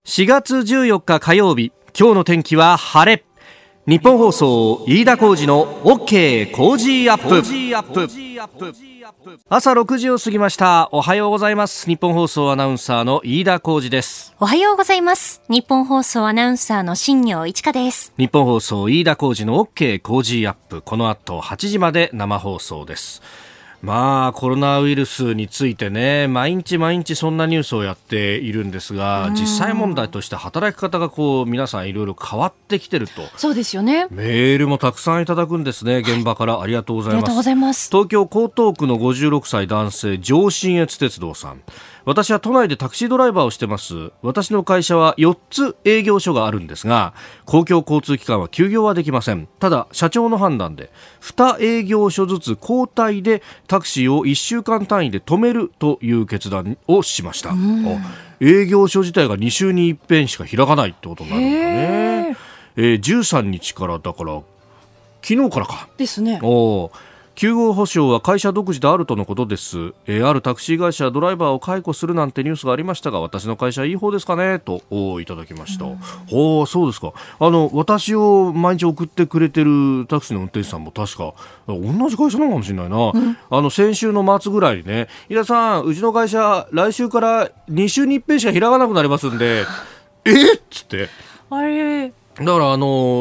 4月14日火曜日、今日の天気は晴れ。日本放送飯田浩司の OK 工事アップ。朝6時を過ぎました。おはようございます。日本放送アナウンサーの飯田浩司です。 おはようございます。日本放送アナウンサーの新業一華です。 日本放送飯田浩司の OK 工事アップ、この後8時まで生放送です。まあコロナウイルスについてね、毎日そんなニュースをやっているんですが、実際問題として働き方が皆さんいろいろ変わってきてると。 そうですよね。 メールもたくさんいただくんですね。現場からありがとうございます。 ありがとうございます。 東京江東区の56歳男性、上信越鉄道さん。私は都内でタクシードライバーをしてます。私の会社は4つ営業所があるんですが、公共交通機関は休業はできません。ただ社長の判断で2営業所ずつ交代でタクシーを1週間単位で止めるという決断をしました。営業所自体が2週に一遍しか開かないってことになるんだね。13日からだから昨日からかですね。 休業補償は会社独自であるとのことです。あるタクシー会社ドライバーを解雇するなんてニュースがありましたが、私の会社はいい方ですかねといただきました。そうですか。私を毎日送ってくれてるタクシーの運転手さんも確か同じ会社なのかもしれないな。先週の末ぐらいにね、飯田さん、うちの会社来週から2週に一遍しか開かなくなりますんでっつってあれだから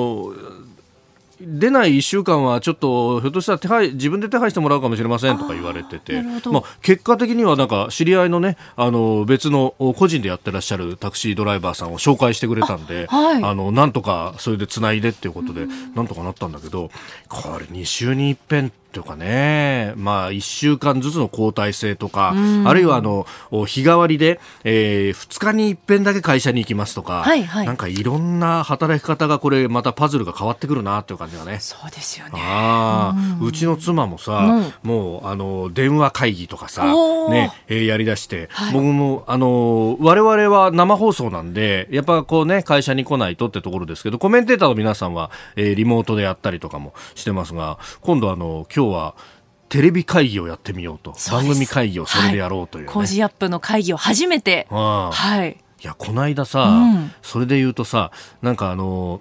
出ない1週間はちょっとひょっとしたら自分で手配してもらうかもしれませんとか言われてて、結果的にはなんか知り合いのね、別の個人でやってらっしゃるタクシードライバーさんを紹介してくれたんで、なんとかそれでつないでっていうことでなんとかなったんだけど、これ2週に一遍とかね、1週間ずつの交代制とか、あるいは日替わりで、2日に一遍だけ会社に行きますとか、なんかいろんな働き方がこれまたパズルが変わってくるなっていう感じがね。 そうですよね。 うちの妻もさ、もう電話会議とかさ、ねやりだして、僕も我々は生放送なんでやっぱ会社に来ないとってところですけど、コメンテーターの皆さんは、リモートでやったりとかもしてますが、今度今日はテレビ会議をやってみようと。番組会議をそれでやろうというね。 工事アップの会議を初めて。 いやこの間さ、それで言うとさ、なんか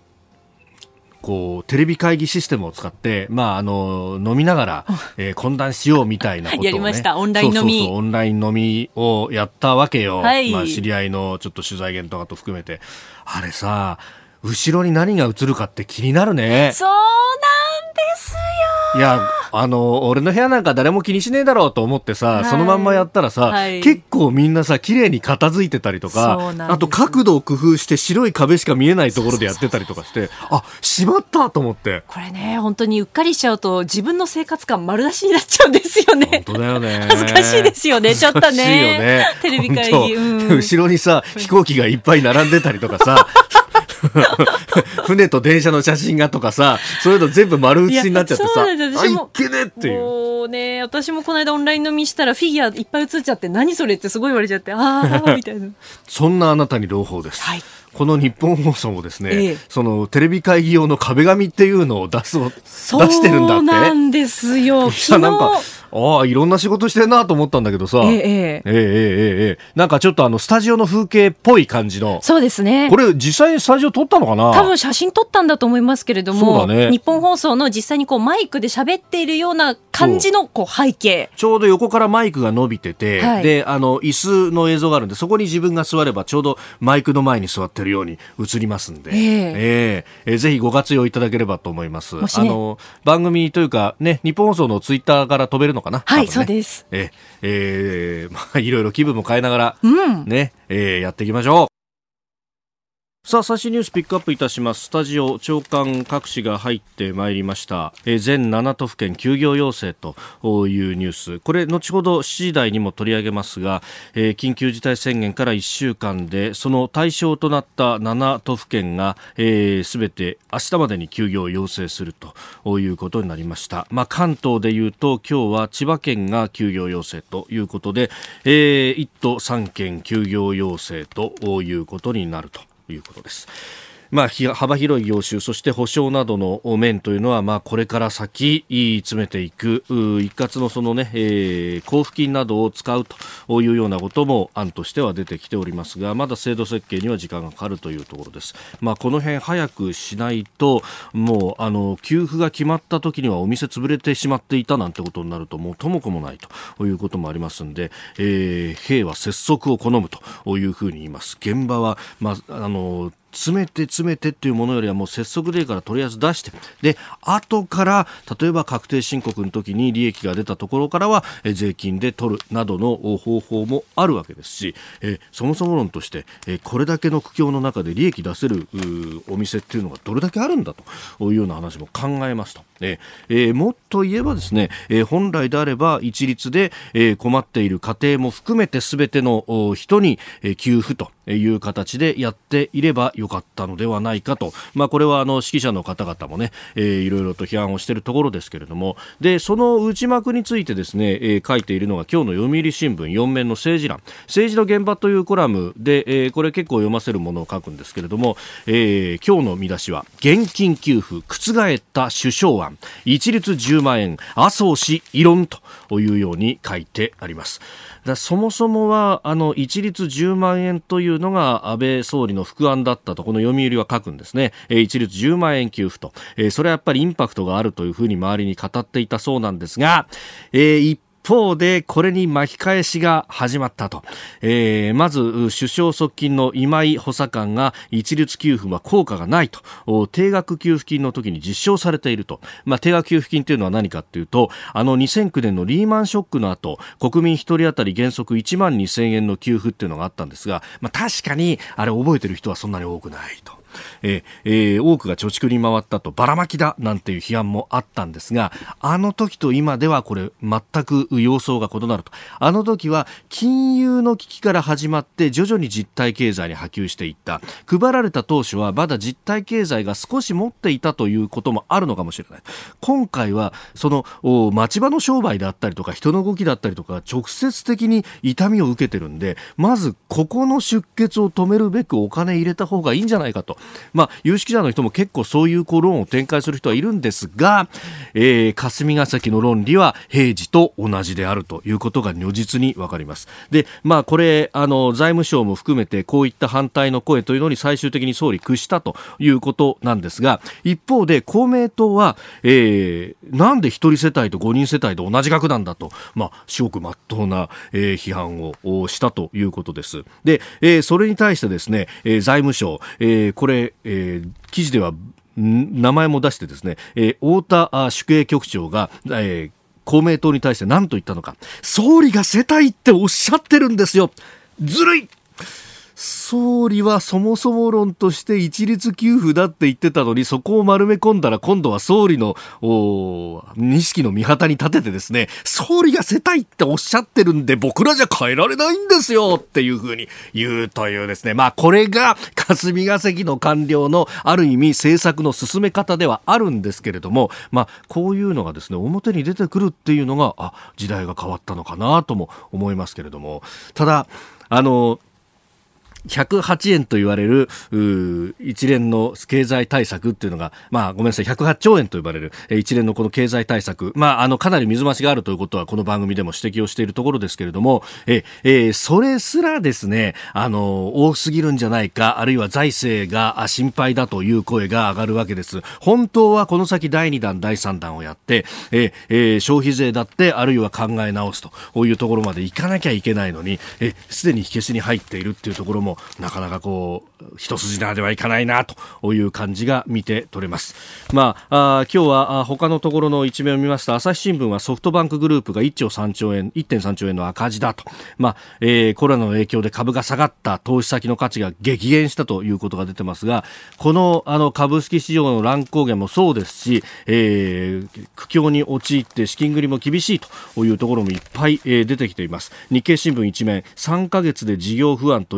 テレビ会議システムを使って、飲みながら、懇談しようみたいなことをね。 やりました。オンライン飲み。 オンライン飲みをやったわけよ。知り合いのちょっと取材源とかと含めて。あれさ、後ろに何が映るかって気になるね。 そうなんですよ。 いや、俺の部屋なんか誰も気にしねえだろうと思ってさ、そのまんまやったらさ、結構みんなさ、綺麗に片付いてたりとか、あと角度を工夫して白い壁しか見えないところでやってたりとかして、しまったと思って。 これね、本当にうっかりしちゃうと自分の生活感丸出しになっちゃうんですよね。 本当だよね。 恥ずかしいですよね、ちょっとね。 恥ずかしいよね。 テレビ会議。 後ろにさ、飛行機がいっぱい並んでたりとかさ、船と電車の写真がとかさ、そういうの全部丸写しになっちゃってさ、いっけねっていう。 もうね、私もこの間オンライン飲みしたらフィギュアいっぱい写っちゃって、何それってすごい言われちゃって、みたいな。 そんなあなたに朗報です。この日本放送もですね、そのテレビ会議用の壁紙っていうのを出してるんだって。 そうなんですよ。 なんかいろんな仕事してるなと思ったんだけどさ、なんかちょっとスタジオの風景っぽい感じの。 そうですね。 これ実際にスタジオ撮ったのかな。 多分写真撮ったんだと思いますけれども、日本放送の実際にマイクで喋っているような感じの背景。 ちょうど横からマイクが伸びてて、で椅子の映像があるんで、そこに自分が座ればちょうどマイクの前に座ってるように映りますんで、ぜひご活用いただければと思います。番組というかね、日本放送のツイッターから飛べるのかな。 そうです。 いろいろ気分も変えながら、やっていきましょう。さあ、最新ニュースピックアップいたします。スタジオ長官各紙が入ってまいりました。全7都府県休業要請というニュース、これ後ほど7時台にも取り上げますが、緊急事態宣言から1週間でその対象となった7都府県がすべて明日までに休業を要請するということになりました。関東でいうと今日は千葉県が休業要請ということで、1都3県休業要請ということになるということです。 幅広い業種、そして保証などの面というのは、これから先詰めていく一括のそのね、交付金などを使うというようなことも案としては出てきておりますが、まだ制度設計には時間がかかるというところです。この辺早くしないと、もう給付が決まった時にはお店潰れてしまっていたなんてことになると元も子もないということもありますので、兵は拙速を好むというふうに言います。現場は、詰めてっていうものよりはもう拙速でいいからとりあえず出して、で後から例えば確定申告の時に利益が出たところからは税金で取るなどの方法もあるわけですし、そもそも論としてこれだけの苦境の中で利益出せるお店っていうのがどれだけあるんだというような話も考えますと、もっと言えばですね、本来であれば一律で困っている家庭も含めて全ての人に給付という形でやっていればよかったのではないかと、これは指揮者の方々もね、いろいろと批判をしているところですけれども、でその内幕についてですね、書いているのが今日の読売新聞4面の政治欄、政治の現場というコラムで、これ結構読ませるものを書くんですけれども、今日の見出しは現金給付覆った首相案一律10万円麻生氏異論というように書いてあります。そもそもは一律10万円というのが安倍総理の副案だったとこの読売は書くんですね。一律10万円給付と、それはやっぱりインパクトがあるというふうに周りに語っていたそうなんですが、一方でこれに巻き返しが始まったと、まず首相側近の今井補佐官が一律給付は効果がないと定額給付金の時に実証されていると、定額給付金というのは何かというと2009年のリーマンショックの後国民1人当たり原則1万2000円の給付っていうのがあったんですが、確かにあれ覚えてる人はそんなに多くないと、多くが貯蓄に回ったとばらまきだなんていう批判もあったんですが、あの時と今ではこれ全く様相が異なると。あの時は金融の危機から始まって徐々に実体経済に波及していった。配られた当初はまだ実体経済が少し持っていたということもあるのかもしれない。今回はその町場の商売であったりとか人の動きだったりとか直接的に痛みを受けてるんで、まずここの出血を止めるべくお金入れた方がいいんじゃないかと、有識者の人も結構そういう論を展開する人はいるんですが、霞が関の論理は平時と同じであるということが如実に分かります。で、これ財務省も含めてこういった反対の声というのに最終的に総理屈したということなんですが、一方で公明党は、なんで一人世帯と5人世帯と同じ額なんだと、至極真っ当な、批判をしたということです。で、それに対してですね、財務省、これ、記事では名前も出してですね、太田主計局長が、公明党に対して何と言ったのか。総理が世帯っておっしゃってるんですよ。ずるい。総理はそもそも論として一律給付だって言ってたのに、そこを丸め込んだら今度は総理の錦の御旗に立ててですね、総理が世帯っておっしゃってるんで僕らじゃ変えられないんですよっていうふうに言うというですね、これが霞が関の官僚のある意味政策の進め方ではあるんですけれども、こういうのがですね表に出てくるっていうのが時代が変わったのかなとも思いますけれども、ただ108円と言われる一連の経済対策っていうのが、ごめんなさい、108兆円と呼ばれる一連のこの経済対策、かなり水増しがあるということはこの番組でも指摘をしているところですけれども、それすらですね、多すぎるんじゃないか、あるいは財政が心配だという声が上がるわけです。本当はこの先第2弾第3弾をやって、消費税だってあるいは考え直すというところまでいかなきゃいけないのに、すでに火消しに入っているっていうところもなかなか一筋縄ではいかないなという感じが見て取れます。今日は他のところの一面を見ますと、朝日新聞はソフトバンクグループが1.3兆円の赤字だと、コロナの影響で株が下がった投資先の価値が激減したということが出てますが、この株式市場の乱高下もそうですし、苦境に陥って資金繰りも厳しいというところもいっぱい出てきています。日経新聞一面、3ヶ月で事業不安という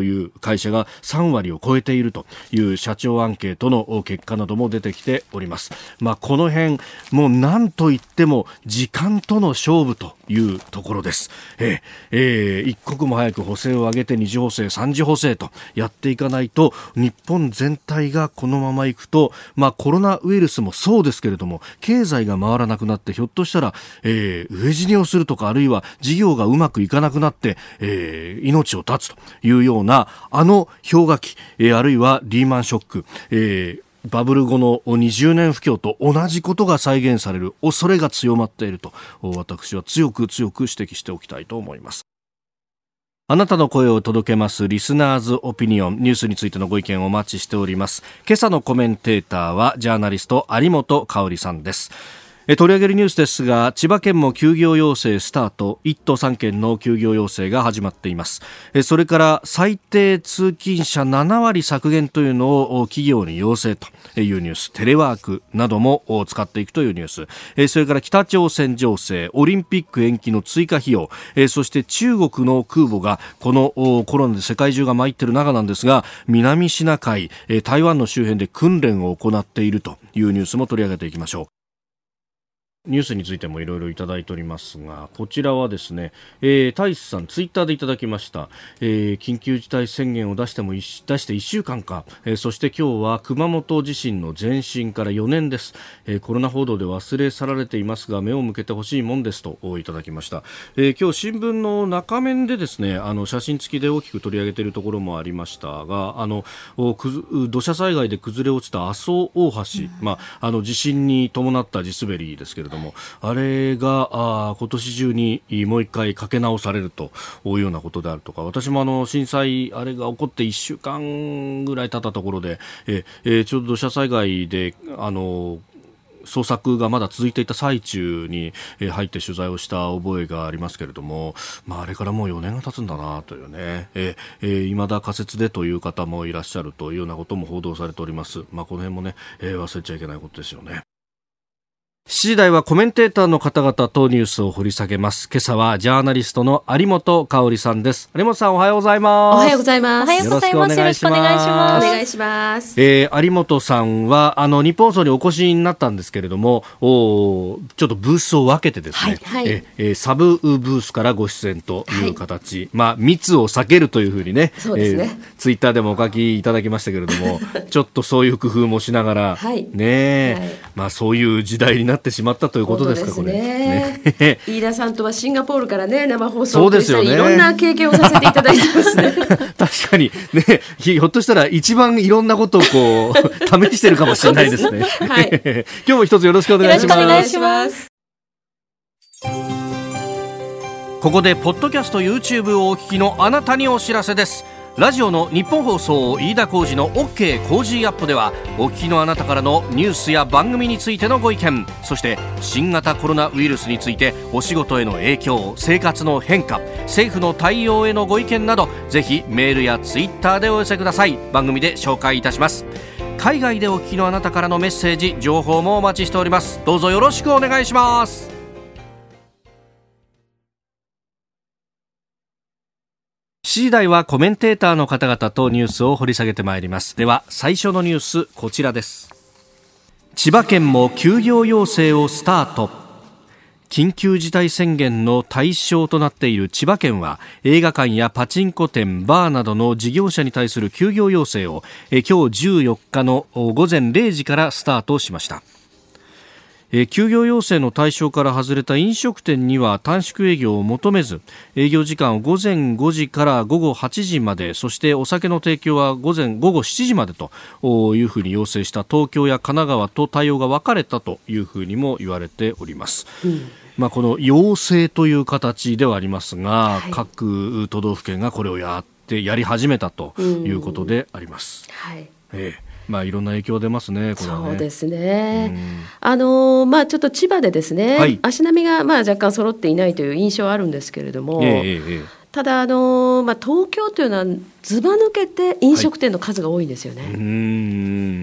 会社が3割を超えているという社長アンケートの結果なども出てきております。この辺もう何と言っても時間との勝負というところです。一刻も早く補正を上げて2次補正3次補正とやっていかないと、日本全体がこのままいくと、コロナウイルスもそうですけれども経済が回らなくなって、ひょっとしたら、飢え死にをするとか、あるいは事業がうまくいかなくなって、命を絶つというような氷河期、あるいはリーマンショック、バブル後の20年不況と同じことが再現される恐れが強まっていると、私は強く指摘しておきたいと思います。あなたの声を届けますリスナーズオピニオン、ニュースについてのご意見をお待ちしております。今朝のコメンテーターはジャーナリスト有本香里さんです。取り上げるニュースですが、千葉県も休業要請スタート、1都3県の休業要請が始まっています。それから最低通勤者7割削減というのを企業に要請というニュース、テレワークなども使っていくというニュース、それから北朝鮮情勢、オリンピック延期の追加費用、そして中国の空母がこのコロナで世界中が参っている中なんですが、南シナ海、台湾の周辺で訓練を行っているというニュースも取り上げていきましょう。ニュースについてもいろいろいただいておりますが、こちらはですね、大志さんツイッターでいただきました。緊急事態宣言を出して1週間か、そして今日は熊本地震の前震から4年です。コロナ報道で忘れ去られていますが目を向けてほしいもんですといただきました。今日新聞の中面でですね、写真付きで大きく取り上げているところもありましたが、土砂災害で崩れ落ちた阿蘇大橋、地震に伴った地滑りですけれども、あれが今年中にもう一回かけ直されるというようなことであるとか、私も震災あれが起こって1週間ぐらい経ったところで、ちょうど土砂災害で捜索がまだ続いていた最中に入って取材をした覚えがありますけれども、あれからもう4年が経つんだなというね、未だ仮設でという方もいらっしゃるというようなことも報道されております。この辺もね、忘れちゃいけないことですよね。7時台はコメンテーターの方々とニュースを掘り下げます。今朝はジャーナリストの有本香里さんです。有本さん、おはようございます。 おはようございます。 よろしくお願いします。 お願いします。 有本さんは日本放送にお越しになったんですけれども、ちょっとブースを分けてですね、サブブースからご出演という形、密を避けるというふうにね、 そうですね、 ツイッターでもお書きいただきましたけれどもちょっとそういう工夫もしながら、そういう時代になってしまったということですか。これね、 飯田さんとはシンガポールからね、生放送を送りしたり、いろんな経験をさせていただいてますね確かにね、ひょっとしたら一番いろんなことをこう試してるかもしれないですね今日も一つよろしくお願いします。 よろしくお願いします。 ここでポッドキャスト YouTube をお聞きのあなたにお知らせです。ラジオの日本放送飯田浩司の OK コージーアップでは、お聞きのあなたからのニュースや番組についてのご意見、そして新型コロナウイルスについてお仕事への影響、生活の変化、政府の対応へのご意見など、ぜひメールやツイッターでお寄せください。番組で紹介いたします。海外でお聞きのあなたからのメッセージ、情報もお待ちしております。どうぞよろしくお願いします。7時台はコメンテーターの方々とニュースを掘り下げてまいります。では最初のニュース、こちらです。千葉県も休業要請をスタート。緊急事態宣言の対象となっている千葉県は、映画館やパチンコ店、バーなどの事業者に対する休業要請を今日14日の午前0時からスタートしました。休業要請の対象から外れた飲食店には短縮営業を求めず、営業時間を午前5時から午後8時まで、そしてお酒の提供は午後7時までというふうに要請した東京や神奈川と対応が分かれたというふうにも言われております。この要請という形ではありますが、各都道府県がこれをやり始めたということであります。いろんな影響出ますね、これはね。 そうですね。ちょっと千葉でですね、足並みが若干揃っていないという印象はあるんですけれども、ただ東京というのはずば抜けて飲食店の数が多いんですよね。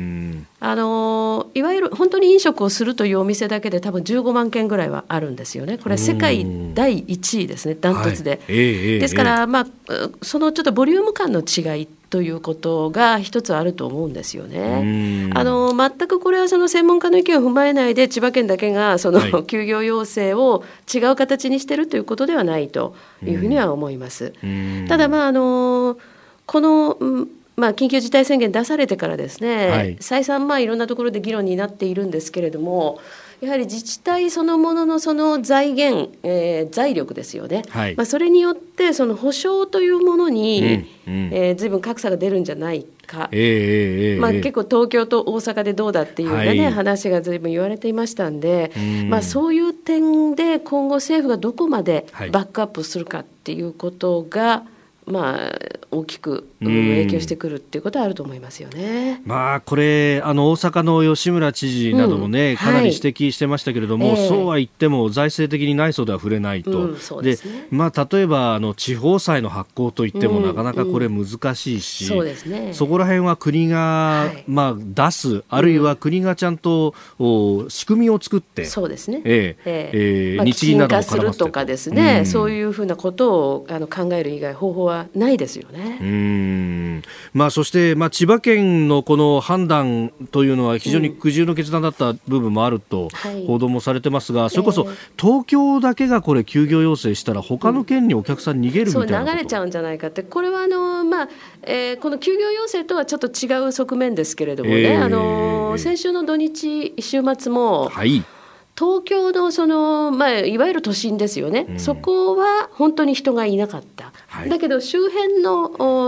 いわゆる本当に飲食をするというお店だけで多分15万件ぐらいはあるんですよね。これは世界第1位ですね、ダントツで、ですから、そのちょっとボリューム感の違いということが一つあると思うんですよね。全くこれはその専門家の意見を踏まえないで千葉県だけがその休業要請を違う形にしているということではないというふうには思います。ただこの緊急事態宣言出されてからですね、再三いろんなところで議論になっているんですけれども、やはり自治体そのもののその財源、財力ですよね、それによってその保障というものに、随分格差が出るんじゃないか、結構東京と大阪でどうだっていうような、話が随分言われていましたんで、そういう点で今後政府がどこまでバックアップするかっていうことが、大きく影響してくるっていうことはあると思いますよね。 これ大阪の吉村知事などもね、かなり指摘してましたけれども、そうは言っても財政的に内装では触れないと、で例えば地方債の発行といっても、なかなかこれ難しいし、そこら辺は国が、出す、あるいは国がちゃんと仕組みを作って、 そうですね、 日銀なども絡ませてするとかですね、そういうふうなことを考える以外方法はないですよね。 そして、千葉県のこの判断というのは非常に苦渋の決断だった部分もあると報道もされてますが、それこそ東京だけがこれ休業要請したら他の県にお客さん逃げるみたいなこと、 流れちゃうんじゃないかって、これはこの休業要請とはちょっと違う側面ですけれどもね、先週の土日週末も、東京のいわゆる都心ですよね、そこは本当に人がいなかった、だけど周辺の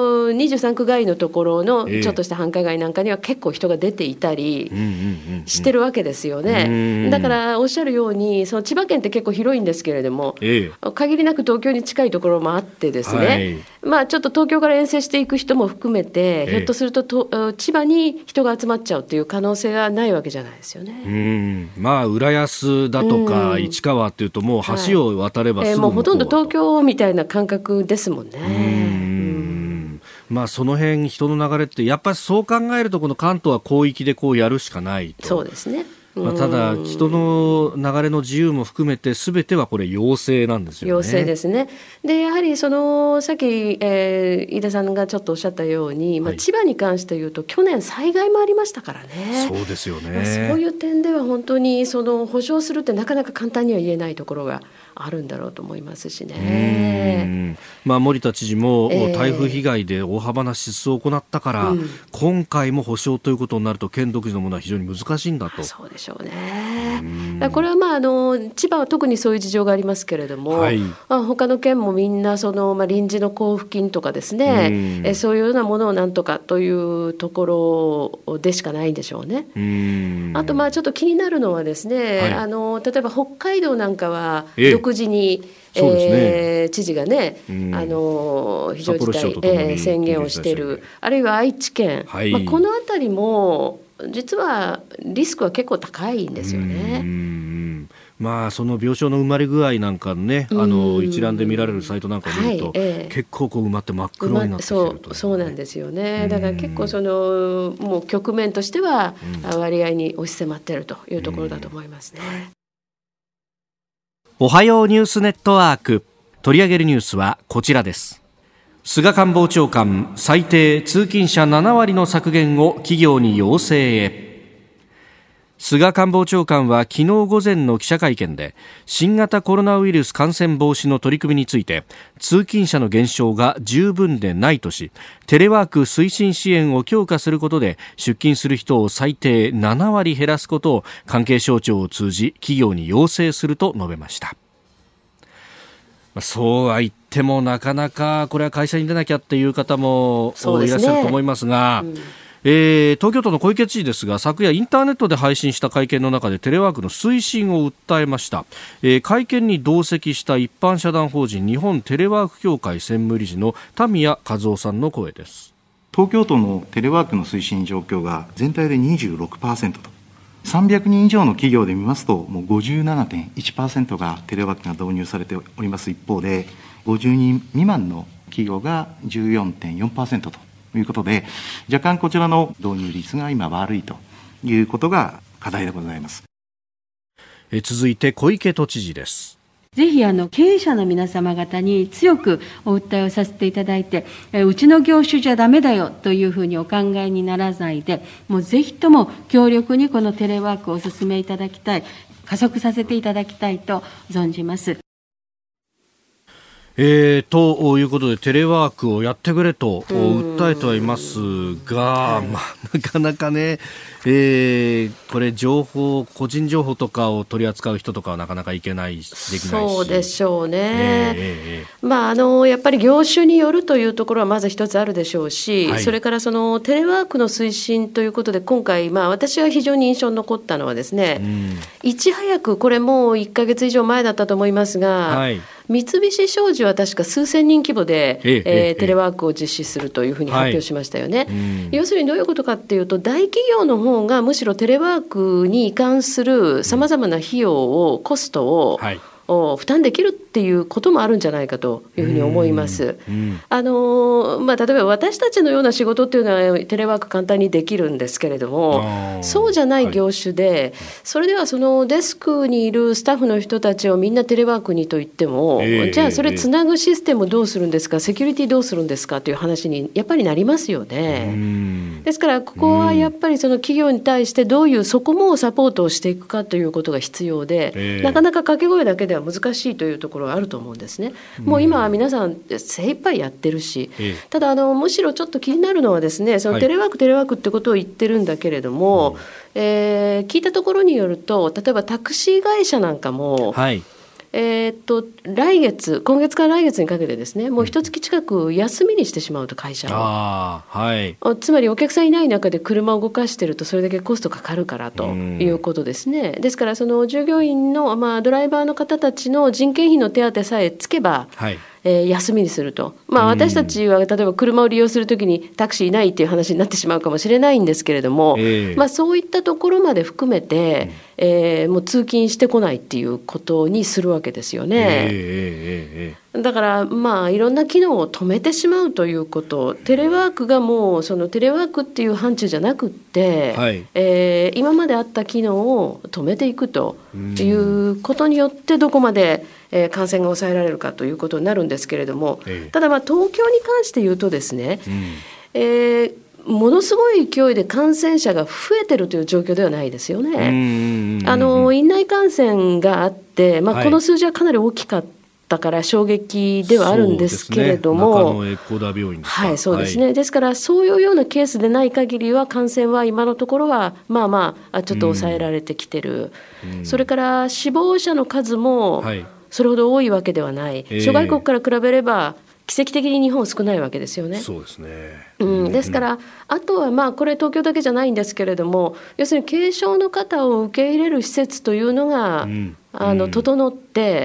23区外のところのちょっとした繁華街なんかには結構人が出ていたりしてるわけですよね。だからおっしゃるように、その千葉県って結構広いんですけれども、限りなく東京に近いところもあってですね、ちょっと東京から遠征していく人も含めて、ひょっとすると千葉に人が集まっちゃうという可能性がないわけじゃないですよね。 浦安だとか市川っていうと、もう橋を渡ればすぐ向こうはと、 もうほとんど東京みたいな感覚ですもんね。 その辺人の流れってやっぱりそう考えると、この関東は広域でこうやるしかないと。 そうですね。 ただ人の流れの自由も含めて全てはこれ要請なんですよね。 要請ですね。でやはりさっき、飯田さんがちょっとおっしゃったように、千葉に関して言うと去年災害もありましたからね。 そうですよね。 そういう点では本当に保証するってなかなか簡単には言えないところがあるんだろうと思いますしね。 森田知事も台風被害で大幅な支出を行ったから、今回も補償ということになると県独自のものは非常に難しいんだと。 そうでしょうね。これは千葉は特にそういう事情がありますけれども、他の県もみんな臨時の交付金とかですね、そういうようなものをなんとかというところでしかないんでしょうね。あとちょっと気になるのはですね、例えば北海道なんかは独自に知事がね、非常事態、宣言をしている、あるいは愛知県、この辺りも実はリスクは結構高いんですよね。 その病床の埋まり具合なんかね、一覧で見られるサイトなんかを見ると、結構埋まって真っ黒になってきてると、 そうなんですよね。だから結構もう局面としては割合に押し迫っているというところだと思いますね。 おはようニュースネットワーク、取り上げるニュースはこちらです。菅官房長官、最低通勤者7割の削減を企業に要請へ。菅官房長官は昨日午前の記者会見で、新型コロナウイルス感染防止の取り組みについて、通勤者の減少が十分でないとし、テレワーク推進支援を強化することで出勤する人を最低7割減らすことを関係省庁を通じ企業に要請すると述べました。そうは言ってもなかなかこれは会社に出なきゃっていう方もいらっしゃると思いますが、東京都の小池知事ですが、昨夜インターネットで配信した会見の中でテレワークの推進を訴えました。会見に同席した一般社団法人日本テレワーク協会専務理事の田宮和夫さんの声です。 東京都のテレワークの推進状況が全体で 26% と、300人以上の企業で見ますと、もう 57.1% がテレワークが導入されております一方で、50人未満の企業が 14.4% ということで、若干こちらの導入率が今悪いということが課題でございます。 続いて小池都知事です。 ぜひ経営者の皆様方に強くお訴えをさせていただいて、うちの業種じゃダメだよというふうにお考えにならないで、もうぜひとも強力にこのテレワークをお進めいただきたい、加速させていただきたいと存じます。 ということでテレワークをやってくれと訴えてはいますが、なかなかね、これ個人情報とかを取り扱う人とかはなかなかいけないできないし。 そうでしょうね。やっぱり業種によるというところはまず一つあるでしょうし、それからそのテレワークの推進ということで今回、私が非常に印象に残ったのはですね、いち早くこれもう1ヶ月以上前だったと思いますが、三菱商事は確か数千人規模で、テレワークを実施するというふうに発表しましたよね。要するにどういうことかっていうと、大企業の方がむしろテレワークに移管するさまざまな費用をコストを、負担できるっていうこともあるんじゃないかというふうに思います。例えば私たちのような仕事っていうのはテレワーク簡単にできるんですけれども、そうじゃない業種で、それではそのデスクにいるスタッフの人たちをみんなテレワークにと言っても、じゃあそれつなぐシステムをどうするんですか、セキュリティどうするんですかという話にやっぱりなりますよね。ですからここはやっぱりその企業に対してどういうそこもサポートをしていくかということが必要で、なかなか掛け声だけでは難しいというところがあると思うんですね。もう今は皆さん精一杯やってるし、ただむしろちょっと気になるのはですね、そのテレワークってことを言ってるんだけれども、聞いたところによると、例えばタクシー会社なんかも、今月から来月にかけてですね、もう一月近く休みにしてしまうと、会社を、つまりお客さんいない中で車を動かしてるとそれだけコストかかるからということですね。ですからその従業員の、ドライバーの方たちの人件費の手当さえつけば、休みにすると、私たちは例えば車を利用するときにタクシーいないっていう話になってしまうかもしれないんですけれども、そういったところまで含めて、もう通勤してこないっていうことにするわけですよね。だからいろんな機能を止めてしまうということ、テレワークがもうそのテレワークっていう範疇じゃなくって、今まであった機能を止めていくということによってどこまで感染が抑えられるかということになるんですけれども、ただ東京に関して言うとですね、ものすごい勢いで感染者が増えてるという状況ではないですよね。院内感染があって、この数字はかなり大きかったから衝撃ではあるんですけれども、 中野江古田病院ですか。 そうですね。ですからそういうようなケースでない限りは感染は今のところはちょっと抑えられてきてる。それから死亡者の数もそれほど多いわけではない。諸外国から比べれば奇跡的に日本少ないわけですよね。 そうですね。 ですからあとはこれ東京だけじゃないんですけれども、要するに軽症の方を受け入れる施設というのが、整って、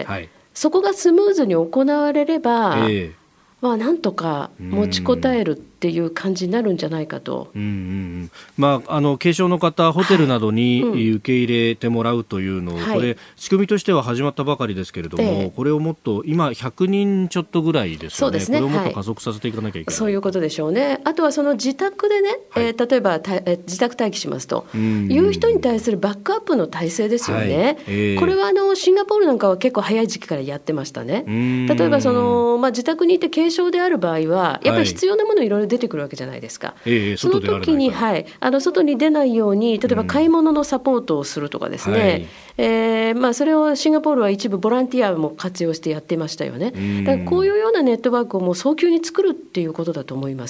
そこがスムーズに行われれば、なんとか持ちこたえるっていう感じになるんじゃないかと。 軽症の方、ホテルなどに受け入れてもらうというのを、これ仕組みとしては始まったばかりですけれども、これをもっと今100人ちょっとぐらいですよね。これをもっと加速させていかなきゃいけない。 そういうことでしょうね。あとはその自宅でね、例えば自宅待機しますという人に対するバックアップの体制ですよね。これはシンガポールなんかは結構早い時期からやってましたね。例えば自宅にいて軽症である場合はやっぱり必要なものいろいろ出てくるわけじゃないですか。その時に、外に出ないように例えば買い物のサポートをするとかですね、それをシンガポールは一部ボランティアも活用してやってましたよね。だからこういうようなネットワークをもう早急に作るっていうことだと思います。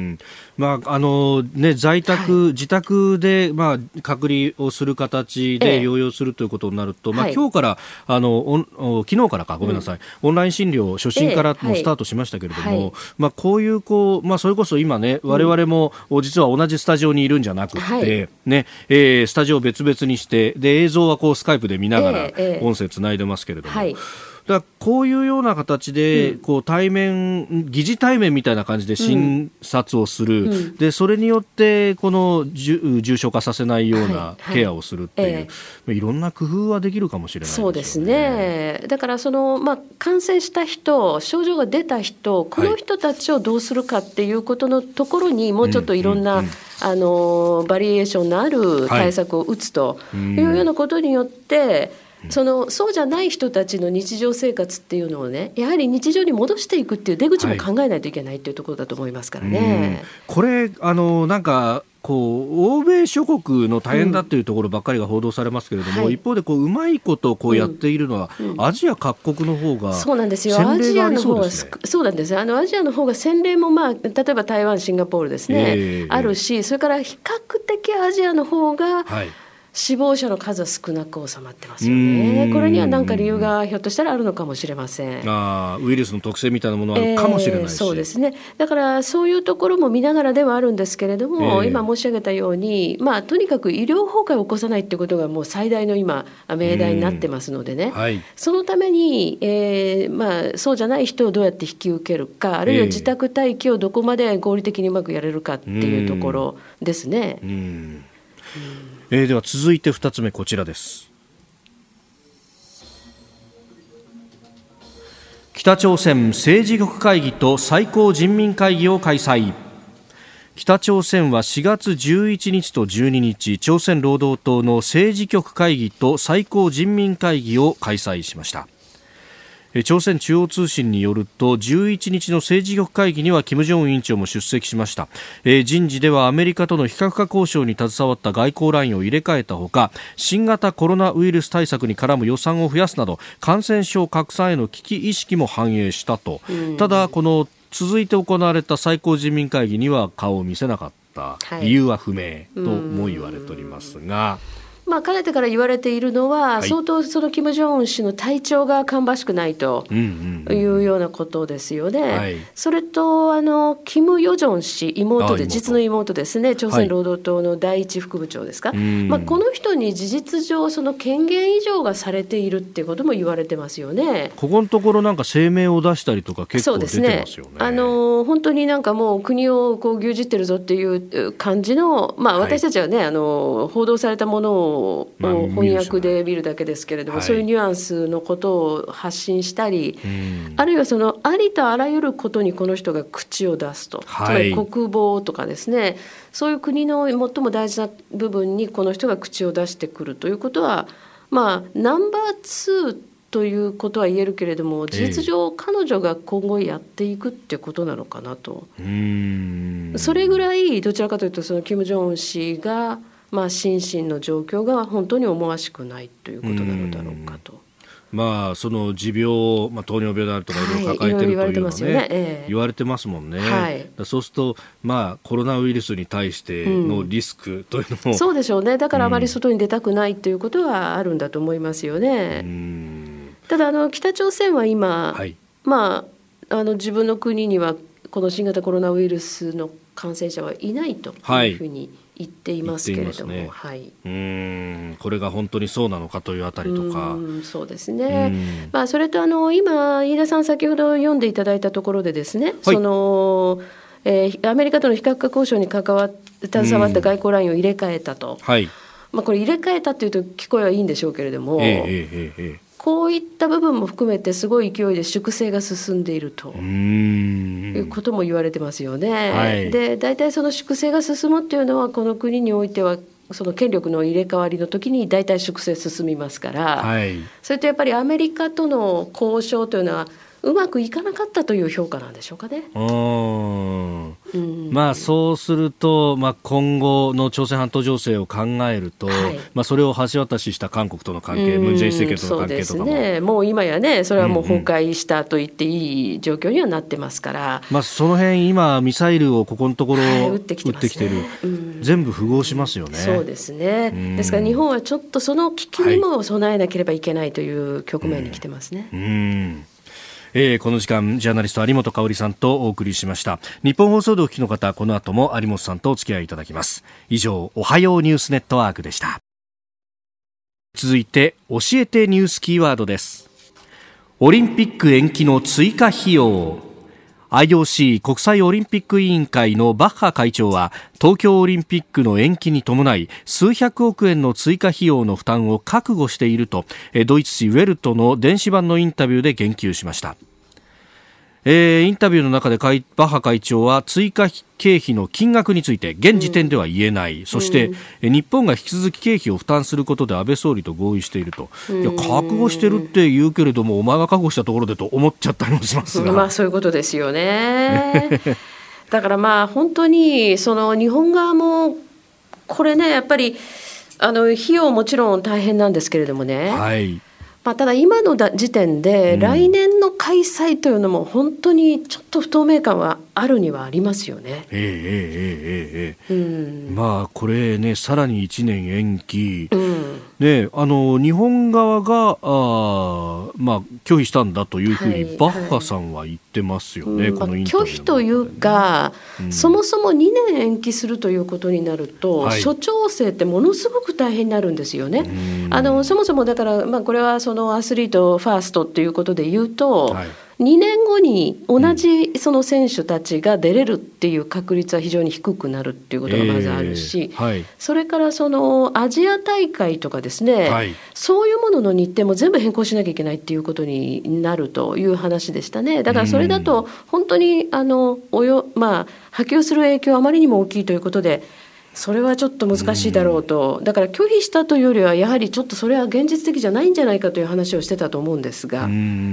在宅、自宅で、隔離をする形で療養するということになると、今日から昨日からかごめんなさい、オンライン診療初診からもスタートしましたけれども、こういうそれこそ今ね、我々も実は同じスタジオにいるんじゃなくて、スタジオを別々にして、で映像はスカイプで見ながら音声つないでますけれども、 だからこういうような形で、こう対面、疑似対面みたいな感じで診察をする、でそれによってこの重症化させないようなケアをするっていう、いろんな工夫はできるかもしれないですよね。 そうですね。だから感染した人、症状が出た人、この人たちをどうするかっていうことのところにもうちょっといろんな、バリエーションのある対策を打つというようなことによって、そうじゃない人たちの日常生活っていうのをね、やはり日常に戻していくっていう出口も考えないといけないっていうところだと思いますからね。 これなんか欧米諸国の大変だっていうところばっかりが報道されますけれども、一方でうまいことやっているのは、アジア各国の方がそうなんですよ。アジアの方はそうなんです。アジアの方が先例も、例えば台湾、シンガポールですね、あるし、それから比較的アジアの方が、死亡者の数は少なく収まってますよね。これには何か理由がひょっとしたらあるのかもしれません。 ウイルスの特性みたいなものはあるかもしれないし、 そうですね。だからそういうところも見ながらではあるんですけれども、今申し上げたように、とにかく医療崩壊を起こさないということがもう最大の今命題になってますのでね、そのために、そうじゃない人をどうやって引き受けるか、あるいは自宅待機をどこまで合理的にうまくやれるかっていうところですね。 では続いて2つ目、こちらです。北朝鮮政治局会議と最高人民会議を開催。北朝鮮は4月11日と12日、朝鮮労働党の政治局会議と最高人民会議を開催しました。朝鮮中央通信によると、11日の政治局会議には金正恩委員長も出席しました。人事ではアメリカとの非核化交渉に携わった外交ラインを入れ替えたほか、新型コロナウイルス対策に絡む予算を増やすなど、感染症拡散への危機意識も反映したと。ただ続いて行われた最高人民会議には顔を見せなかった、理由は不明とも言われておりますが、 かねてから言われているのは、相当金正恩氏の体調が芳しくないというようなことですよね。それとキム・ヨジョン氏、妹で、実の妹ですね、朝鮮労働党の第一副部長ですか、この人に事実上権限移譲がされているっていうことも言われてますよね。 ここのところなんか声明を出したりとか結構出てますよね。 本当になんかもう国を牛耳ってるぞっていう感じの、私たちはね、報道されたものを翻訳で見るだけですけれども、そういうニュアンスのことを発信したり、あるいはありとあらゆることにこの人が口を出すと、つまり国防とかですね、そういう国の最も大事な部分にこの人が口を出してくるということは、ナンバー2ということは言えるけれども、事実上彼女が今後やっていくってことなのかなと。それぐらいどちらかというと金正恩氏が心身の状況が本当に思わしくないということなのだろうかと。 その持病、糖尿病であるとかいろいろ抱えてるというのはね、言われてますもんね。そうすると、コロナウイルスに対してのリスクというのも、 そうでしょうね。だからあまり外に出たくないということはあるんだと思いますよね。ただ北朝鮮は今、自分の国にはこの新型コロナウイルスの感染者はいないというふうに言っていますけれども、 これが本当にそうなのかというあたりとか。 そうですね。それと今飯田さん先ほど読んでいただいたところでですね、アメリカとの非核化交渉に携わった外交ラインを入れ替えたと、これ入れ替えたというと聞こえはいいんでしょうけれども、こういった部分も含めてすごい勢いで粛清が進んでいるということも言われてますよね。で、大体その粛清が進むっていうのはこの国においては権力の入れ替わりの時に大体粛清進みますから、それとやっぱりアメリカとの交渉というのはうまくいかなかったという評価なんでしょうかね。 そうすると、今後の朝鮮半島情勢を考えると、それを橋渡しした韓国との関係、ムン・ジェイン政権との関係とかも、 そうですね、もう今やね、それはもう崩壊したと言っていい状況にはなってますから、 その辺今ミサイルをここのところ、撃ってきてる、全部符合しますよね。 そうですね。ですから日本はちょっとその危機にも備えなければいけないという局面に来てますね。 この時間ジャーナリスト有本香里さんとお送りしました。日本放送でお聞きの方、この後も有本さんとお付き合いいただきます。以上、おはようニュースネットワークでした。続いて教えてニュースキーワードです。 オリンピック延期の追加費用。 IOC 国際オリンピック委員会のバッハ会長は東京オリンピックの延期に伴い数百億円の追加費用の負担を覚悟しているとドイツ紙ウェルトの電子版のインタビューで言及しました。インタビューの中でバッハ会長は追加経費の金額について現時点では言えない、そして日本が引き続き経費を負担することで安倍総理と合意していると、いや覚悟してるって言うけれどもお前が覚悟したところでと思っちゃったりもしますが、 まあそういうことですよねだからまあ本当にその日本側もこれねやっぱり費用もちろん大変なんですけれどもね、 はい、 まあ、ただ今の時点で来年の開催というのも本当にちょっと不透明感はあるにはありますよね。 まあこれねさらに1年延期、で日本側がまあ、拒否したんだというふうにバッハさんは言ってますよね、このインタビューの中でね。 拒否というか、そもそも2年延期するということになると、諸調整ってものすごく大変になるんですよね。そもそもだから、まあ、これはそのアスリートファーストということで言うと、2年後に同じその選手たちが出れるっていう確率は非常に低くなるっていうことがまずあるし、それからそのアジア大会とかですね、そういうものの日程も全部変更しなきゃいけないっていうことになるという話でしたね。だからそれだと本当にまあ、波及する影響はあまりにも大きいということで、それはちょっと難しいだろうと、だから拒否したというよりはやはりちょっとそれは現実的じゃないんじゃないかという話をしてたと思うんですが、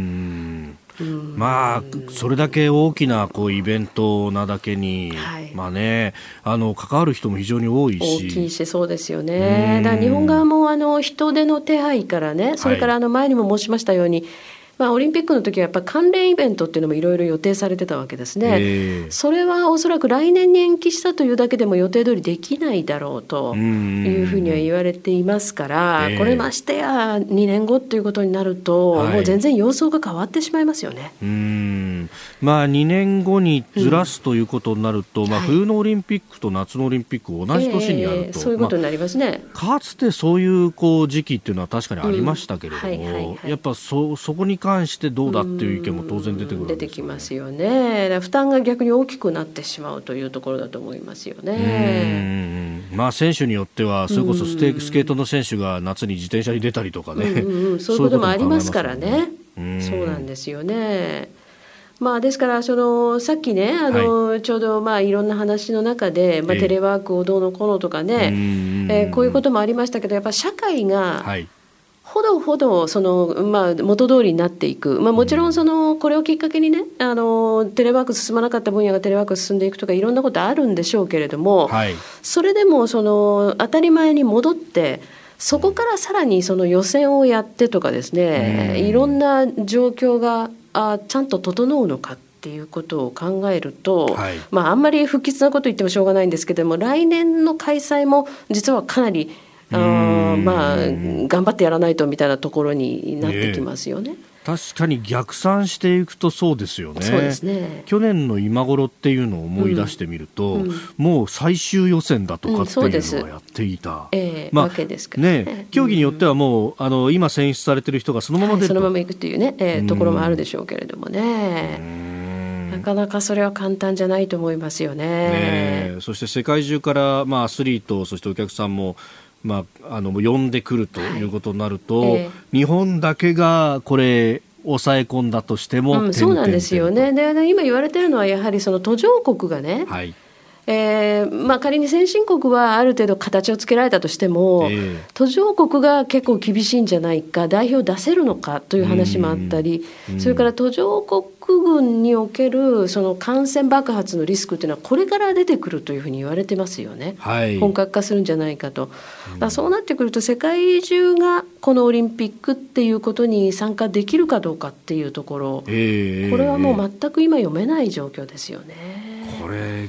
まあそれだけ大きなイベントなだけに、まあね、関わる人も非常に多いし、 大きいし、そうですよね。だから日本側も人手の手配からね、それから前にも申しましたように、まあ、オリンピックの時はやっぱり関連イベントっていうのもいろいろ予定されてたわけですね。それはおそらく来年に延期したというだけでも予定通りできないだろうというふうには言われていますから、これましてや2年後ということになると、もう全然様相が変わってしまいますよね。 まあ、2年後にずらすということになると、まあ、冬のオリンピックと夏のオリンピック同じ年にやると、 そういうことになりますね。 かつてそういう時期っていうのは確かにありましたけれども、やっぱそこに関してどうだっていう意見も当然出てくるんですよね。出てきますよね。だから負担が逆に大きくなってしまうというところだと思いますよね。 まあ、選手によってはそれこそスケートの選手が夏に自転車に出たりとかね、 そういうこともありますからね。そうなんですよね。まあ、ですからさっきねちょうどいろんな話の中で、テレワークをどうのこうのとかね、こういうこともありましたけど、やっぱ社会がほどほど元通りになっていく、もちろんこれをきっかけにねテレワーク進まなかった分野がテレワーク進んでいくとかいろんなことあるんでしょうけれども、それでも当たり前に戻ってそこからさらに予選をやってとかですね、いろんな状況がちゃんと整うのかっていうことを考えると、あんまり不吉なこと言ってもしょうがないんですけども、来年の開催も実はかなり頑張ってやらないとみたいなところになってきますよね。 確かに逆算していくとそうですよね。 そうですね。 去年の今頃っていうのを思い出してみると、もう最終予選だとかっていうのはやっていた、 わけですからね。 競技によってはもう今選出されている人がそのまま出ると、 そのまま行くっていうね、ところもあるでしょうけれどもね、なかなかそれは簡単じゃないと思いますよね。 そして世界中から、アスリートそしてお客さんも呼んでくるということになると、日本だけがこれ抑え込んだとしても、 そうなんですよね。で今言われているのはやはり途上国がね、仮に先進国はある程度形をつけられたとしても、途上国が結構厳しいんじゃないか、代表出せるのかという話もあったり、それから途上国軍における感染爆発のリスクというのはこれから出てくるというふうに言われてますよね。本格化するんじゃないかと。そうなってくると世界中がこのオリンピックっていうことに参加できるかどうかっていうところ、これはもう全く今読めない状況ですよね。 これ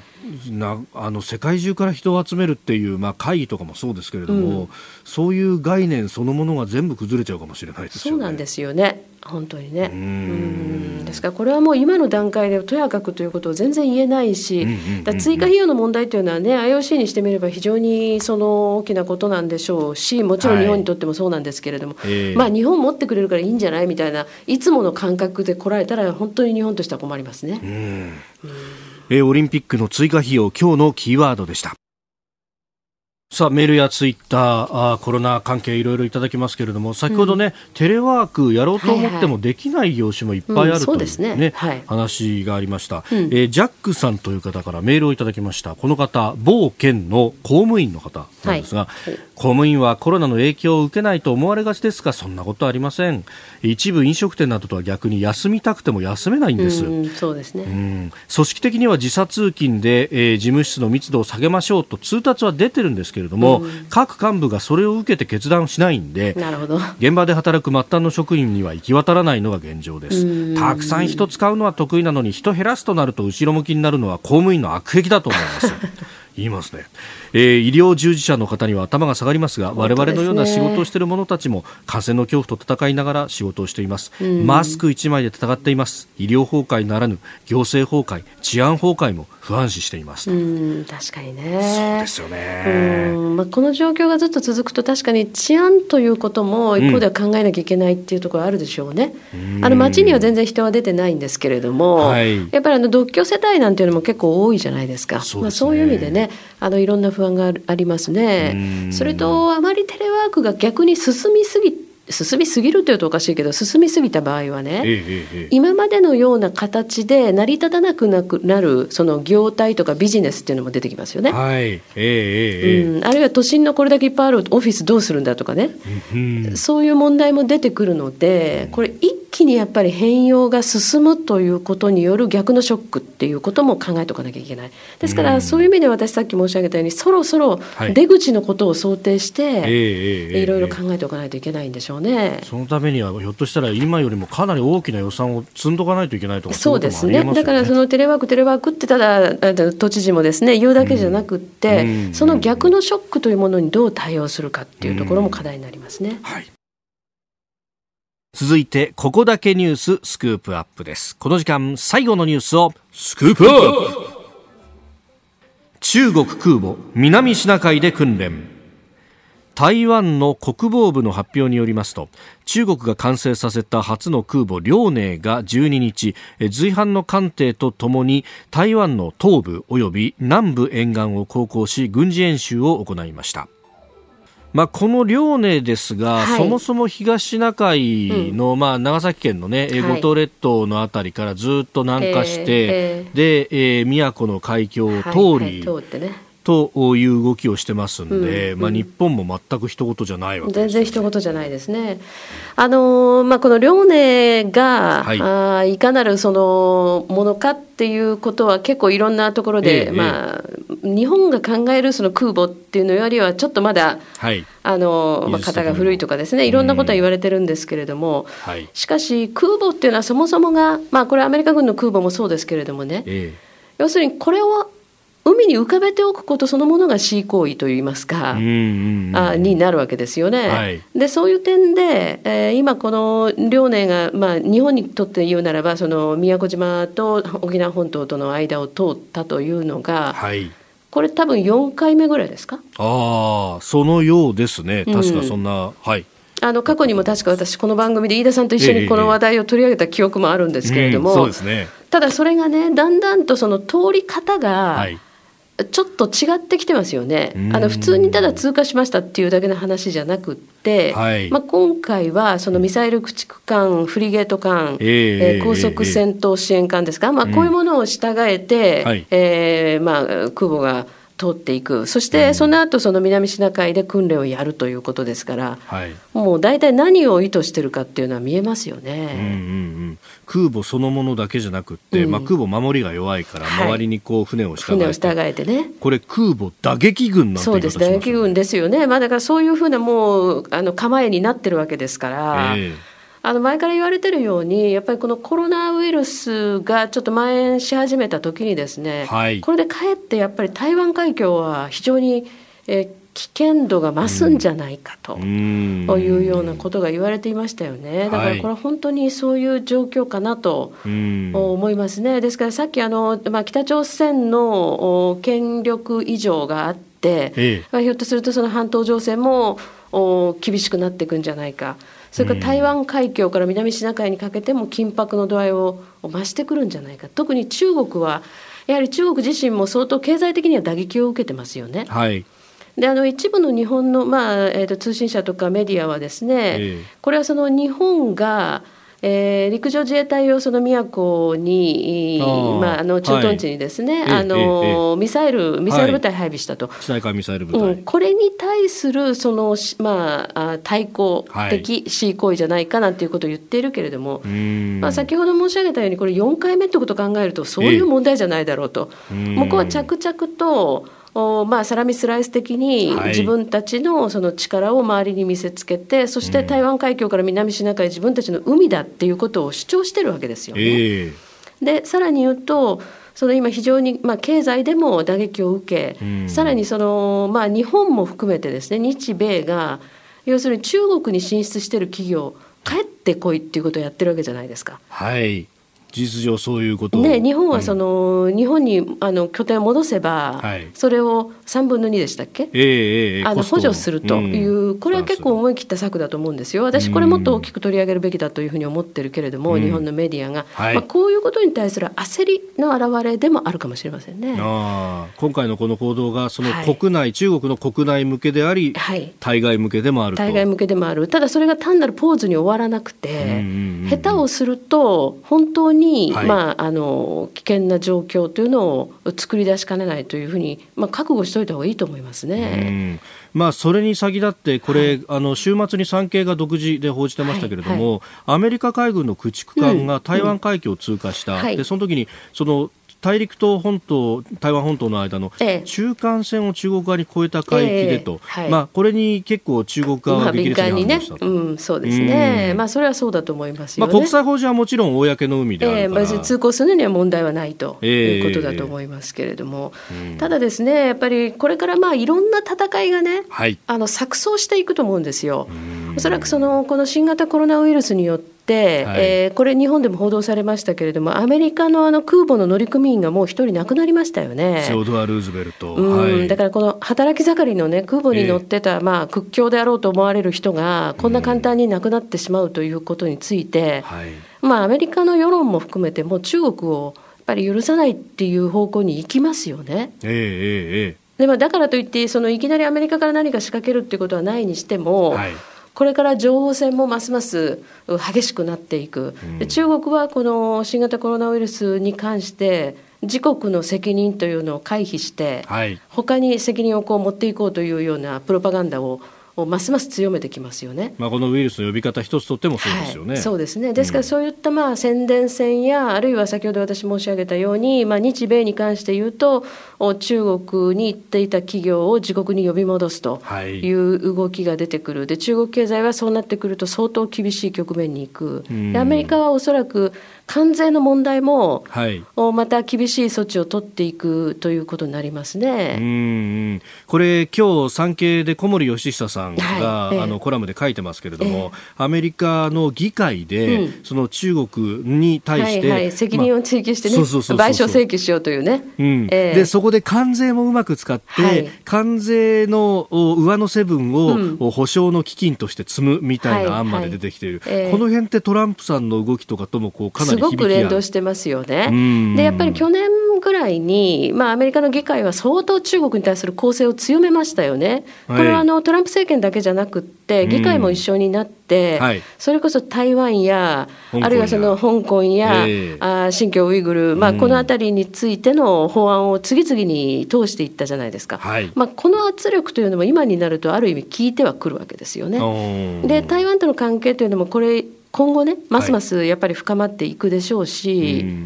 世界中から人を集めるっていう、会議とかもそうですけれども、そういう概念そのものが全部崩れちゃうかもしれないですよね。 そうなんですよね、本当にね。ですからこれはもう今の段階でとやかくということを全然言えないし、追加費用の問題というのはね、 IOC にしてみれば非常にその大きなことなんでしょうし、もちろん日本にとってもそうなんですけれども、日本持ってくれるからいいんじゃないみたいないつもの感覚で来られたら本当に日本としては困りますね。 オリンピックの追加費用、今日のキーワードでした。さあ、メールやツイッター、コロナ関係いろいろいただきますけれども、先ほどね、テレワークやろうと思ってもできない業種もいっぱいあるという話がありました。ジャックさんという方からメールをいただきました。この方、某県の公務員の方なんですが、公務員はコロナの影響を受けないと思われがちですが、そんなことはありません。一部飲食店などとは逆に休みたくても休めないんです。 そうですね。 組織的には時差通勤で、事務室の密度を下げましょうと通達は出てるんですけれども、各幹部がそれを受けて決断しないんで、 なるほど、 現場で働く末端の職員には行き渡らないのが現状です。たくさん人使うのは得意なのに、人減らすとなると後ろ向きになるのは公務員の悪癖だと思います言いますね。医療従事者の方には頭が下がりますが、我々のような仕事をしている者たちも感染の恐怖と戦いながら仕事をしています。マスク1枚で戦っています。医療崩壊ならぬ行政崩壊、治安崩壊も不安視しています。 確かにね。 そうですよね。 この状況がずっと続くと確かに治安ということも一方では考えなきゃいけないっていうところあるでしょうね。街には全然人は出てないんですけれども、やっぱり独居世帯なんていうのも結構多いじゃないですか。そういう意味でね、いろんな不安がありますね。それとあまりテレワークが逆に進みすぎるというとおかしいけど、進みすぎた場合はね、今までのような形で成り立たなくなるその業態とかビジネスっていうのも出てきますよね。あるいは都心のこれだけいっぱいあるオフィスどうするんだとかね、そういう問題も出てくるので、これ一気にやっぱり変容が進むということによる逆のショックっていうことも考えておかなきゃいけない。ですからそういう意味で私さっき申し上げたように、そろそろ出口のことを想定して、いろいろ考えておかないといけないんでしょうね。 そのためにはひょっとしたら今よりもかなり大きな予算を積んどかないといけないとか、 そうですね。だからそのテレワークってただ都知事もですね言うだけじゃなくって、その逆のショックというものにどう対応するかっていうところも課題になりますね。 続いてここだけニューススクープアップです。この時間最後のニュースをスクープアップ。中国空母南シナ海で訓練。台湾の国防部の発表によりますと、中国が完成させた初の空母遼寧が12日、随伴の艦艇とともに台湾の東部及び南部沿岸を航行し軍事演習を行いました。この遼寧ですが、そもそも東シナ海の、長崎県のね、五島列島のあたりからずっと南下して、で、宮古の海峡を通り、という動きをしてますんで、日本も全く一言じゃないわけです。 全然一言じゃないですね。この遼寧が、いかなるそのものかっていうことは結構いろんなところで、日本が考えるその空母っていうのよりはちょっとまだ、型が古いとかですね、いろんなことは言われてるんですけれども、しかし空母っていうのはそもそもが、これアメリカ軍の空母もそうですけれどもね、要するにこれを海に浮かべておくことそのものが恣意行為といいますか、になるわけですよね。でそういう点で、今この遼寧が、日本にとって言うならばその宮古島と沖縄本島との間を通ったというのが、これ多分4回目ぐらいですか。 そのようですね。確かそんな、 過去にも確か私この番組で飯田さんと一緒にこの話題を取り上げた記憶もあるんですけれども、 そうですね。 ただそれがねだんだんとその通り方が、ちょっと違ってきてますよね。普通にただ通過しましたっていうだけの話じゃなくって、今回はそのミサイル駆逐艦、フリゲート艦、高速戦闘支援艦ですか、こういうものを従えて、空母が通っていく。そしてその後その南シナ海で訓練をやるということですから、もう大体何を意図してるかっていうのは見えますよね。 空母そのものだけじゃなくって、空母守りが弱いから周りにこう船を従えてね、 これ空母打撃軍なんて言い方しますよね。 そうです、打撃軍ですよね。だからそういうふうなもう構えになってるわけですから、 前から言われているようにやっぱりこのコロナウイルスがちょっと蔓延し始めた時にですね、 はい、 これでかえってやっぱり台湾海峡は非常に、危険度が増すんじゃないかというようなことが言われていましたよね。だからこれは本当にそういう状況かなと思いますね。ですからさっき北朝鮮の権力異常があって、ひょっとするとその半島情勢も厳しくなっていくんじゃないか、それから台湾海峡から南シナ海にかけても緊迫の度合いを増してくるんじゃないか。特に中国はやはり中国自身も相当経済的には打撃を受けてますよね。 はい、 で一部の日本の、通信社とかメディアはですね、これはその日本が、陸上自衛隊をその宮古に、駐屯地にですね、ミサイル部隊配備したと、 地対ミサイル部隊、 これに対するその、対抗的恣意行為じゃないかなんていうことを言っているけれども、先ほど申し上げたようにこれ4回目ってことを考えるとそういう問題じゃないだろうと、向こうは着々とサラミスライス的に自分たちのその力を周りに見せつけて、そして台湾海峡から南シナ海自分たちの海だっていうことを主張してるわけですよね。でさらに言うとその今非常に経済でも打撃を受け、さらにその日本も含めてですね、日米が要するに中国に進出している企業帰ってこいっていうことをやってるわけじゃないですか。 はい、事実上そういうことで日本はその、日本に拠点を戻せば、それを3分の2でしたっけ、補助するという、これは結構思い切った策だと思うんですよ。私これもっと大きく取り上げるべきだというふうに思ってるけれども、日本のメディアが、こういうことに対する焦りの表れでもあるかもしれませんね。 今回のこの行動がその国内、中国の国内向けであり、対外向けでもあると。 対外向けでもある。ただそれが単なるポーズに終わらなくて、下手をすると本当に危険な状況というのを作り出しかねないというふうに、覚悟しておいた方がいいと思いますね。 それに先立ってこれ、週末に産経が独自で報じてましたけれども、アメリカ海軍の駆逐艦が台湾海峡を通過した、でその時にその大陸と台湾本島の間の中間線を中国側に越えた海域でと、これに結構中国側は激烈に反応したと。 そうですね、それはそうだと思いますよね。 国際法上はもちろん公の海であるから、 通行するには問題はないということだと思いますけれども、ただですね、やっぱりこれからいろんな戦いがね、錯綜していくと思うんですよ。おそらくこの新型コロナウイルスによってこれ日本でも報道されましたけれども、アメリカの空母の乗組員がもう一人亡くなりましたよね。 セオドア・ルーズベルト、 だからこの働き盛りの、空母に乗ってた、屈強であろうと思われる人がこんな簡単に亡くなってしまうということについて、アメリカの世論も含めてもう中国をやっぱり許さないっていう方向に行きますよね。でだからといっていきなりアメリカから何か仕掛けるっていうことはないにしても、これから情報戦もますます激しくなっていく。で中国はこの新型コロナウイルスに関して自国の責任というのを回避して、他に責任を持っていこうというようなプロパガンダをますます強めてきますよね。 このウイルスの呼び方一つとってもそうですよね。 そうですね。ですからそういった宣伝戦や、あるいは先ほど私申し上げたように、日米に関して言うと中国に行っていた企業を自国に呼び戻すという動きが出てくる。で中国経済はそうなってくると相当厳しい局面に行く。でアメリカはおそらく関税の問題も、また厳しい措置を取っていくということになりますね。 これ今日産経で小森義久さんが、コラムで書いてますけれども、アメリカの議会で、その中国に対して、 責任を追及してね、賠償請求しようというね、 でそこで関税もうまく使って、関税の上乗せ分を保証の基金として積むみたいな案まで出てきている。この辺ってトランプさんの動きとかともかなりすごく連動してますよね。でやっぱり去年ぐらいに、アメリカの議会は相当中国に対する攻勢を強めましたよね。これはトランプ政権だけじゃなくって議会も一緒になって、それこそ台湾やあるいはその香港や、新疆ウイグル、このあたりについての法案を次々に通していったじゃないですか。この圧力というのも今になるとある意味効いてはくるわけですよね。で台湾との関係というのもこれ今後ね、ますますやっぱり深まっていくでしょうし、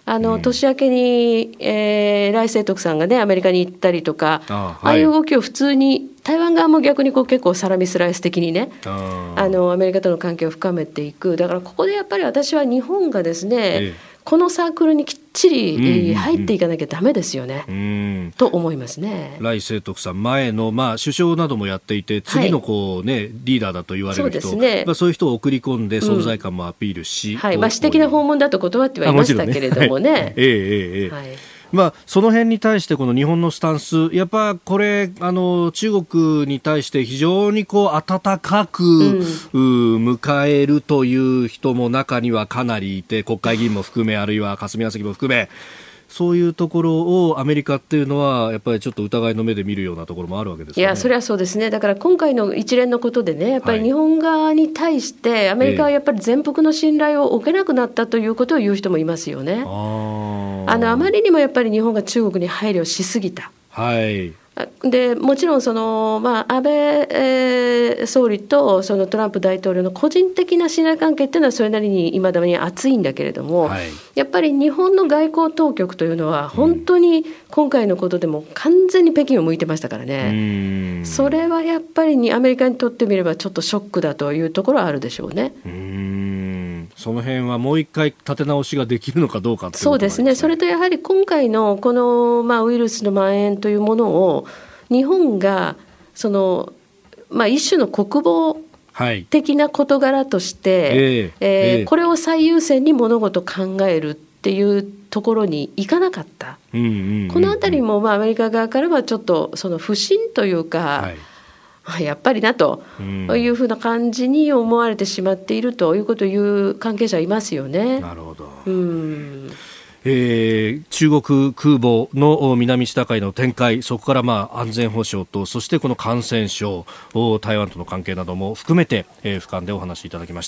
年明けに、頼清徳さんがねアメリカに行ったりとか、ああいう動きを普通に台湾側も逆に結構サラミスライス的にねアメリカとの関係を深めていく。だからここでやっぱり私は日本がですね、このサークルにきっちり入っていかなきゃダメですよね、と思いますね。 頼清徳さん前の、首相などもやっていて次のリーダーだと言われる人、そうですね、そういう人を送り込んで存在感もアピールし、 私的な訪問だと断ってはいましたけれどもね。 その辺に対してこの日本のスタンス、やっぱこれ中国に対して非常に温かく、迎えるという人も中にはかなりいて、国会議員も含めあるいは霞が関も含め、そういうところをアメリカっていうのはやっぱりちょっと疑いの目で見るようなところもあるわけですよね。 いやそれはそうですね。だから今回の一連のことでね、やっぱり日本側に対してアメリカはやっぱり全幅の信頼を置けなくなったということを言う人もいますよね。あまりにもやっぱり日本が中国に配慮しすぎた。でもちろん安倍、総理とそのトランプ大統領の個人的な信頼関係っていうのはそれなりに今だに熱いんだけれども、やっぱり日本の外交当局というのは本当に今回のことでも完全に北京を向いてましたからね。それはやっぱりアメリカにとってみればちょっとショックだというところはあるでしょうね。 その辺はもう一回立て直しができるのかどうかっていうことなんですね。 そうですね。それとやはり今回のこの、ウイルスの蔓延というものを日本が一種の国防的な事柄として、これを最優先に物事を考えるっていうところに行かなかった、このあたりもアメリカ側からはちょっと不信というか、やっぱりなというふうな感じに思われてしまっているということを言う関係者いますよね。 なるほど。中国空母の南シナ海の展開、そこから安全保障と、そしてこの感染症、台湾との関係なども含めて、俯瞰でお話しいただきました。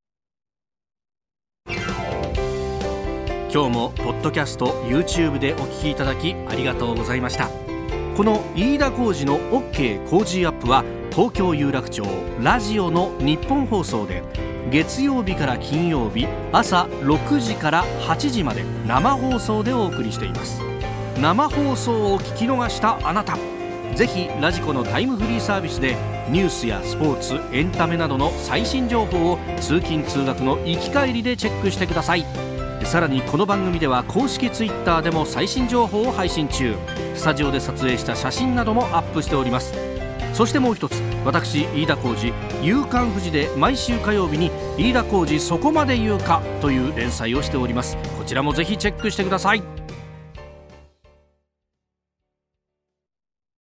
今日もポッドキャスト YouTube でお聞きいただきありがとうございました。この飯田浩司の OK 工事アップは東京有楽町ラジオの日本放送で月曜日から金曜日朝6時から8時まで生放送でお送りしています。生放送を聞き逃したあなた、ぜひラジコのタイムフリーサービスでニュースやスポーツ、エンタメなどの最新情報を通勤通学の行き帰りでチェックしてください。さらにこの番組では公式ツイッターでも最新情報を配信中。スタジオで撮影した写真などもアップしております。そしてもう一つ、私飯田浩司、夕刊フジで毎週火曜日に飯田浩司そこまで言うかという連載をしております。こちらもぜひチェックしてください。